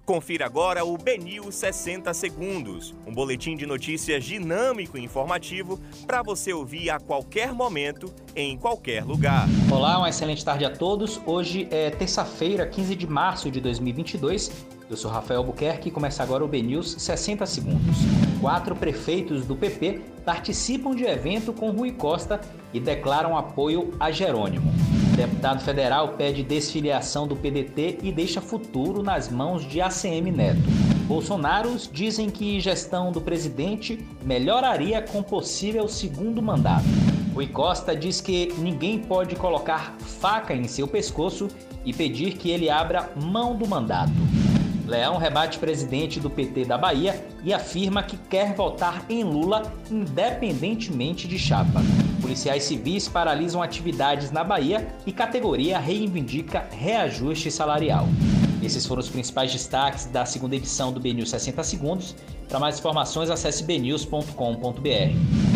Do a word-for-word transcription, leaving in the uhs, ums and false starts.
Confira agora o B News sessenta segundos, um boletim de notícias dinâmico e informativo para você ouvir a qualquer momento, em qualquer lugar. Olá, uma excelente tarde a todos. Hoje é terça-feira, quinze de março de dois mil e vinte e dois. Eu sou Rafael Albuquerque e começa agora o B News sessenta segundos. Quatro prefeitos do P P participam de evento com Rui Costa e declaram apoio a Jerônimo. O deputado federal pede desfiliação do P D T e deixa futuro nas mãos de A C M Neto. Bolsonaros dizem que gestão do presidente melhoraria com possível segundo mandato. Rui Costa diz que ninguém pode colocar faca em seu pescoço e pedir que ele abra mão do mandato. Leão rebate presidente do P T da Bahia e afirma que quer votar em Lula independentemente de chapa. Policiais civis paralisam atividades na Bahia e categoria reivindica reajuste salarial. Esses foram os principais destaques da segunda edição do B News sessenta segundos. Para mais informações, acesse b news ponto com ponto b r.